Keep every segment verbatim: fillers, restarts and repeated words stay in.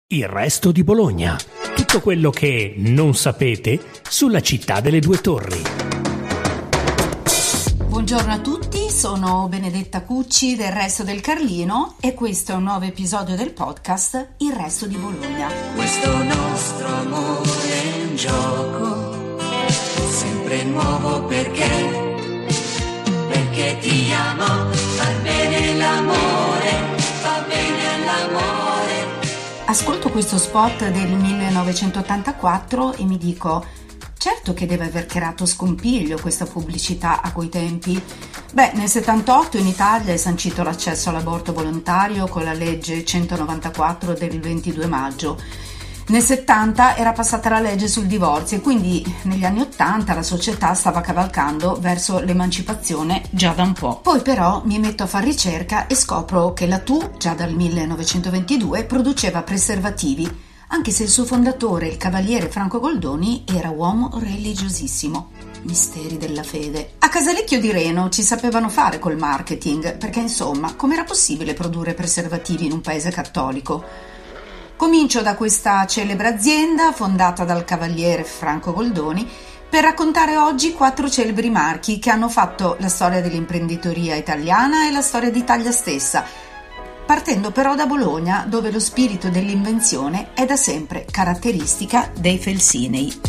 Il resto di Bologna. Tutto quello che non sapete sulla città delle due torri. Buongiorno a tutti, sono Benedetta Cucci del Resto del Carlino e questo è un nuovo episodio del podcast Il Resto di Bologna. Questo nostro amore è un gioco, sempre nuovo perché, perché ti amo, fa bene l'amore, fa bene l'amore. Ascolto questo spot del millenovecentottantaquattro e mi dico, certo che deve aver creato scompiglio questa pubblicità a quei tempi. Beh, nel settantotto in Italia è sancito l'accesso all'aborto volontario con la legge centonovantaquattro del ventidue maggio. Nel settanta era passata la legge sul divorzio e quindi negli anni ottanta la società stava cavalcando verso l'emancipazione già da un po'. Poi però mi metto a fare ricerca e scopro che la T U, già dal millenovecentoventidue, produceva preservativi, anche se il suo fondatore, il cavaliere Franco Goldoni, era uomo religiosissimo. Misteri della fede. A Casalecchio di Reno ci sapevano fare col marketing, perché insomma, com'era possibile produrre preservativi in un paese cattolico? Comincio da questa celebre azienda fondata dal cavaliere Franco Goldoni per raccontare oggi quattro celebri marchi che hanno fatto la storia dell'imprenditoria italiana e la storia d'Italia stessa, partendo però da Bologna, dove lo spirito dell'invenzione è da sempre caratteristica dei Felsinei.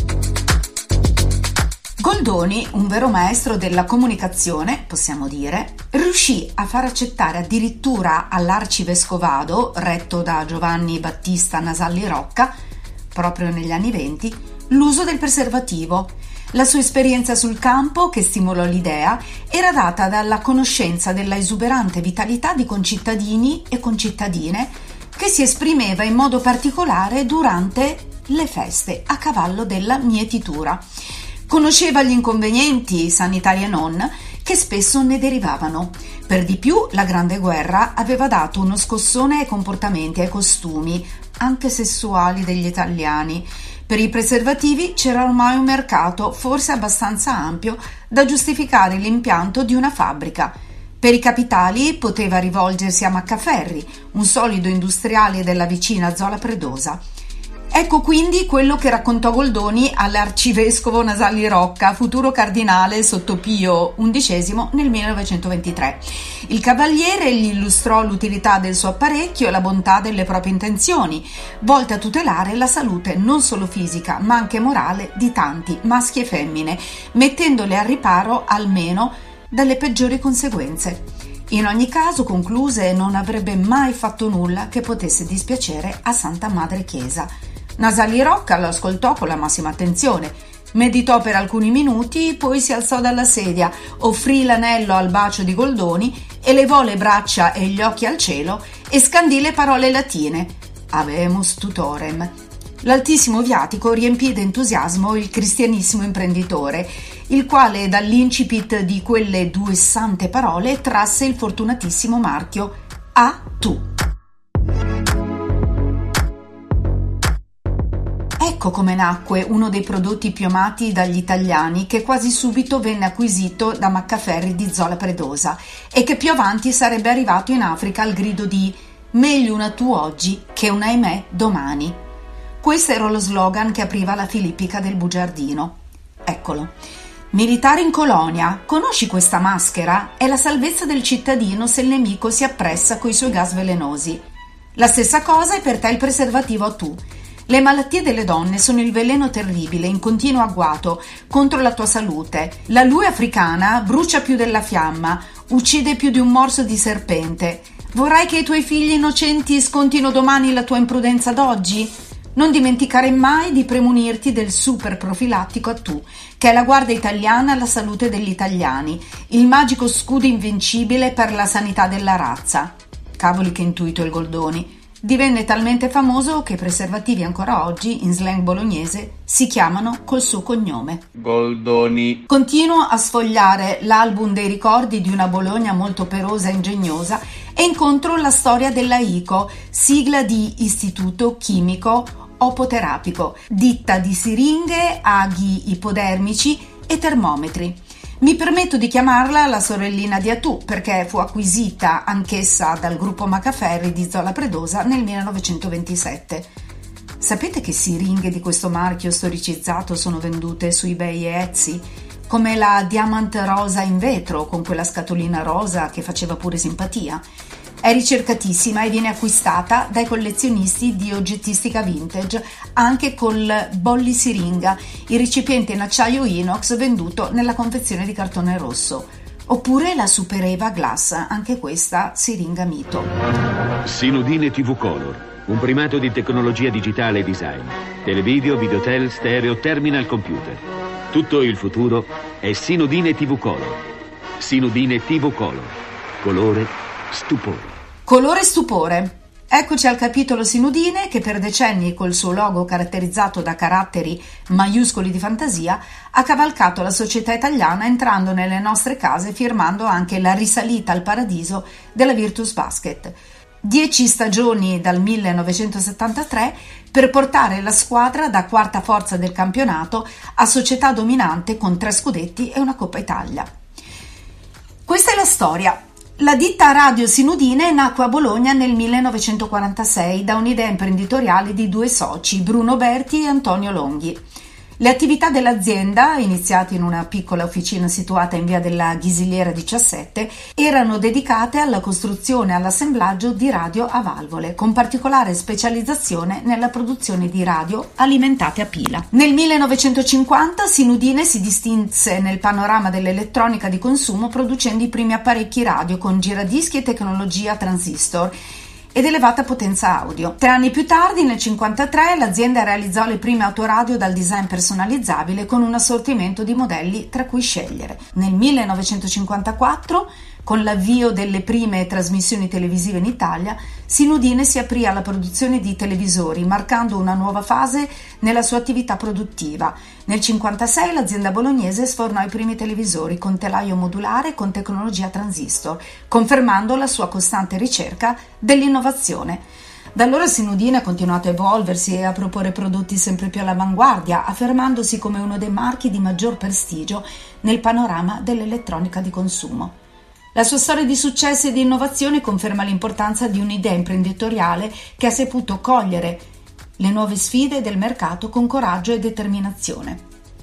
Goldoni, un vero maestro della comunicazione, possiamo dire, riuscì a far accettare addirittura all'arcivescovado, retto da Giovanni Battista Nasalli Rocca, proprio negli anni venti, l'uso del preservativo. La sua esperienza sul campo, che stimolò l'idea, era data dalla conoscenza della esuberante vitalità di concittadini e concittadine che si esprimeva in modo particolare durante le feste a cavallo della mietitura. Conosceva gli inconvenienti, sanitari e non, che spesso ne derivavano. Per di più, la Grande Guerra aveva dato uno scossone ai comportamenti e ai costumi, anche sessuali, degli italiani. Per i preservativi c'era ormai un mercato, forse abbastanza ampio, da giustificare l'impianto di una fabbrica. Per i capitali poteva rivolgersi a Maccaferri, un solido industriale della vicina Zola Predosa. Ecco quindi quello che raccontò Goldoni all'arcivescovo Nasalli Rocca, futuro cardinale sotto Pio undicesimo nel millenovecentoventitré. Il cavaliere gli illustrò l'utilità del suo apparecchio e la bontà delle proprie intenzioni, volte a tutelare la salute non solo fisica ma anche morale di tanti, maschi e femmine, mettendole al riparo almeno dalle peggiori conseguenze. In ogni caso, concluse, non avrebbe mai fatto nulla che potesse dispiacere a Santa Madre Chiesa. Nasalli Rocca lo ascoltò con la massima attenzione, meditò per alcuni minuti, poi si alzò dalla sedia, offrì l'anello al bacio di Goldoni, elevò le braccia e gli occhi al cielo e scandì le parole latine Habemus tutorem. L'altissimo viatico riempì d'entusiasmo il cristianissimo imprenditore, il quale dall'incipit di quelle due sante parole trasse il fortunatissimo marchio A tu. Ecco come nacque uno dei prodotti più amati dagli italiani, che quasi subito venne acquisito da Maccaferri di Zola Predosa e che più avanti sarebbe arrivato in Africa al grido di «Meglio una tu oggi che un ahimè domani». Questo era lo slogan che apriva la filippica del bugiardino. Eccolo. Militare in colonia, conosci questa maschera? È la salvezza del cittadino se il nemico si appressa coi suoi gas velenosi. La stessa cosa è per te il preservativo a tu. Le malattie delle donne sono il veleno terribile in continuo agguato contro la tua salute. La lue africana brucia più della fiamma, uccide più di un morso di serpente. Vorrai che i tuoi figli innocenti scontino domani la tua imprudenza d'oggi? Non dimenticare mai di premunirti del super profilattico a tu, che è la guardia italiana alla salute degli italiani, il magico scudo invincibile per la sanità della razza. Cavoli che intuito il Goldoni. Divenne talmente famoso che i preservativi ancora oggi, in slang bolognese, si chiamano col suo cognome. Goldoni. Continuo a sfogliare l'album dei ricordi di una Bologna molto operosa e ingegnosa e incontro la storia della I C O, sigla di Istituto Chimico Opoterapico, ditta di siringhe, aghi ipodermici e termometri. Mi permetto di chiamarla la sorellina di Atù perché fu acquisita anch'essa dal gruppo Maccaferri di Zola Predosa nel millenovecentoventisette. Sapete che siringhe di questo marchio storicizzato sono vendute su eBay e Etsy? Come la Diamant rosa in vetro, con quella scatolina rosa che faceva pure simpatia. È ricercatissima e viene acquistata dai collezionisti di oggettistica vintage, anche col bolli siringa, il recipiente in acciaio inox venduto nella confezione di cartone rosso. Oppure la Super Eva Glass, anche questa siringa mito. Sinudine tivù Color, un primato di tecnologia digitale e design. Televideo, videotel, stereo, terminal computer. Tutto il futuro è Sinudine tivù Color. Sinudine tivù Color. Colore stupore. Colore stupore. Eccoci al capitolo Sinudine, che per decenni col suo logo caratterizzato da caratteri maiuscoli di fantasia ha cavalcato la società italiana entrando nelle nostre case, firmando anche la risalita al paradiso della Virtus Basket. Dieci stagioni dal millenovecentosettantatré per portare la squadra da quarta forza del campionato a società dominante con tre scudetti e una Coppa Italia. Questa è la storia. La ditta Radio Sinudine nacque a Bologna nel millenovecentoquarantasei da un'idea imprenditoriale di due soci, Bruno Berti e Antonio Longhi. Le attività dell'azienda, iniziate in una piccola officina situata in via della Ghisiliera diciassette, erano dedicate alla costruzione e all'assemblaggio di radio a valvole, con particolare specializzazione nella produzione di radio alimentate a pila. Nel millenovecentocinquanta Sinudine si distinse nel panorama dell'elettronica di consumo producendo i primi apparecchi radio con giradischi e tecnologia transistor ed elevata potenza audio. Tre anni più tardi, nel cinquantatré, l'azienda realizzò le prime autoradio dal design personalizzabile con un assortimento di modelli tra cui scegliere. Nel millenovecentocinquantaquattro, con l'avvio delle prime trasmissioni televisive in Italia, Sinudine si aprì alla produzione di televisori, marcando una nuova fase nella sua attività produttiva. Nel cinquantasei l'azienda bolognese sfornò i primi televisori con telaio modulare con tecnologia transistor, confermando la sua costante ricerca dell'innovazione. Da allora Sinudine ha continuato a evolversi e a proporre prodotti sempre più all'avanguardia, affermandosi come uno dei marchi di maggior prestigio nel panorama dell'elettronica di consumo. La sua storia di successo e di innovazione conferma l'importanza di un'idea imprenditoriale che ha saputo cogliere le nuove sfide del mercato con coraggio e determinazione.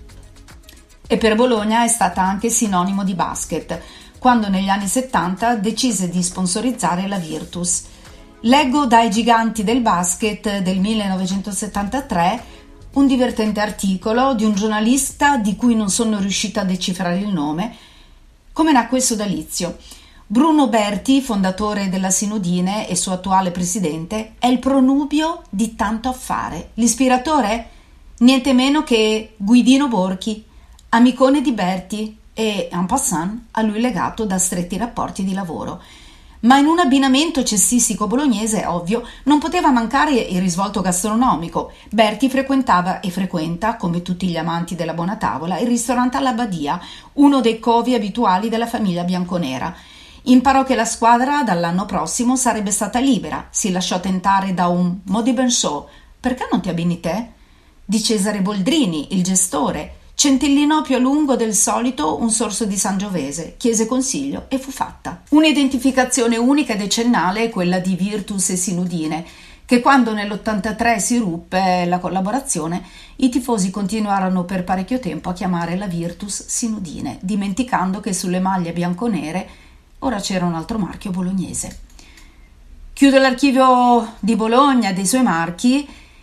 E per Bologna è stata anche sinonimo di basket, quando negli anni settanta decise di sponsorizzare la Virtus. Leggo dai giganti del basket del millenovecentosettantatré un divertente articolo di un giornalista di cui non sono riuscita a decifrare il nome. Come nacque il sodalizio? Bruno Berti, fondatore della Sinudine e suo attuale presidente, è il pronubio di tanto affare. L'ispiratore? Niente meno che Guidino Borchi, amicone di Berti e, en passant, a lui legato da stretti rapporti di lavoro. Ma in un abbinamento cestistico bolognese, ovvio, non poteva mancare il risvolto gastronomico. Berti frequentava e frequenta, come tutti gli amanti della buona tavola, il ristorante alla Badia, uno dei covi abituali della famiglia bianconera. Imparò che la squadra dall'anno prossimo sarebbe stata libera, si lasciò tentare da un modi ben so, perché non ti abbini te? Di Cesare Boldrini, il gestore, centellinò più a lungo del solito un sorso di Sangiovese, chiese consiglio e fu fatta. Un'identificazione unica e decennale è quella di Virtus e Sinudine, che quando nell'ottantatré si ruppe la collaborazione, i tifosi continuarono per parecchio tempo a chiamare la Virtus Sinudine, dimenticando che sulle maglie bianconere ora c'era un altro marchio bolognese. Chiudo l'archivio di Bologna e dei suoi marchi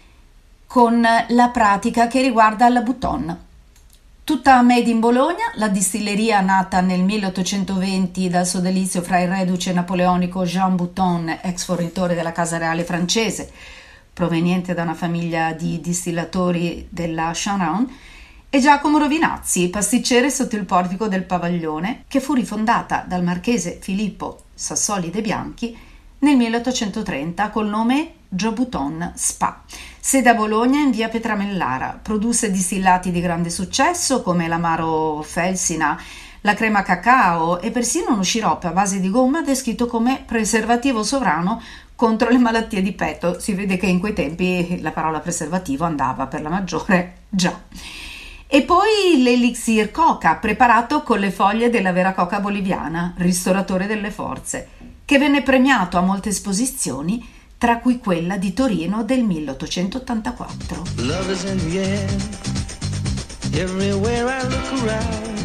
con la pratica che riguarda la Bouton. Tutta made in Bologna, la distilleria nata nel milleottocentoventi dal sodalizio fra il reduce napoleonico Jean Bouton, ex fornitore della Casa Reale francese, proveniente da una famiglia di distillatori della Chanron, e Giacomo Rovinazzi, pasticcere sotto il portico del Pavaglione, che fu rifondata dal marchese Filippo Sassoli de Bianchi nel milleottocentotrenta col nome Joe Bouton Spa. Sede a Bologna in via Petramellara, produsse distillati di grande successo come l'amaro Felsina, la crema cacao e persino uno sciroppo a base di gomma descritto come preservativo sovrano contro le malattie di petto. Si vede che in quei tempi la parola preservativo andava per la maggiore già. E poi l'elixir coca, preparato con le foglie della vera coca boliviana, ristoratore delle forze, che venne premiato a molte esposizioni tra cui quella di Torino del milleottocentottantaquattro. Love is in the air, everywhere I look around.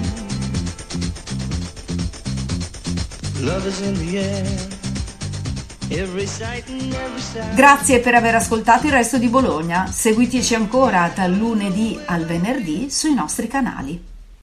Love is in the air, every sight and every sound. Grazie per aver ascoltato il Resto di Bologna. Seguiteci ancora dal lunedì al venerdì sui nostri canali.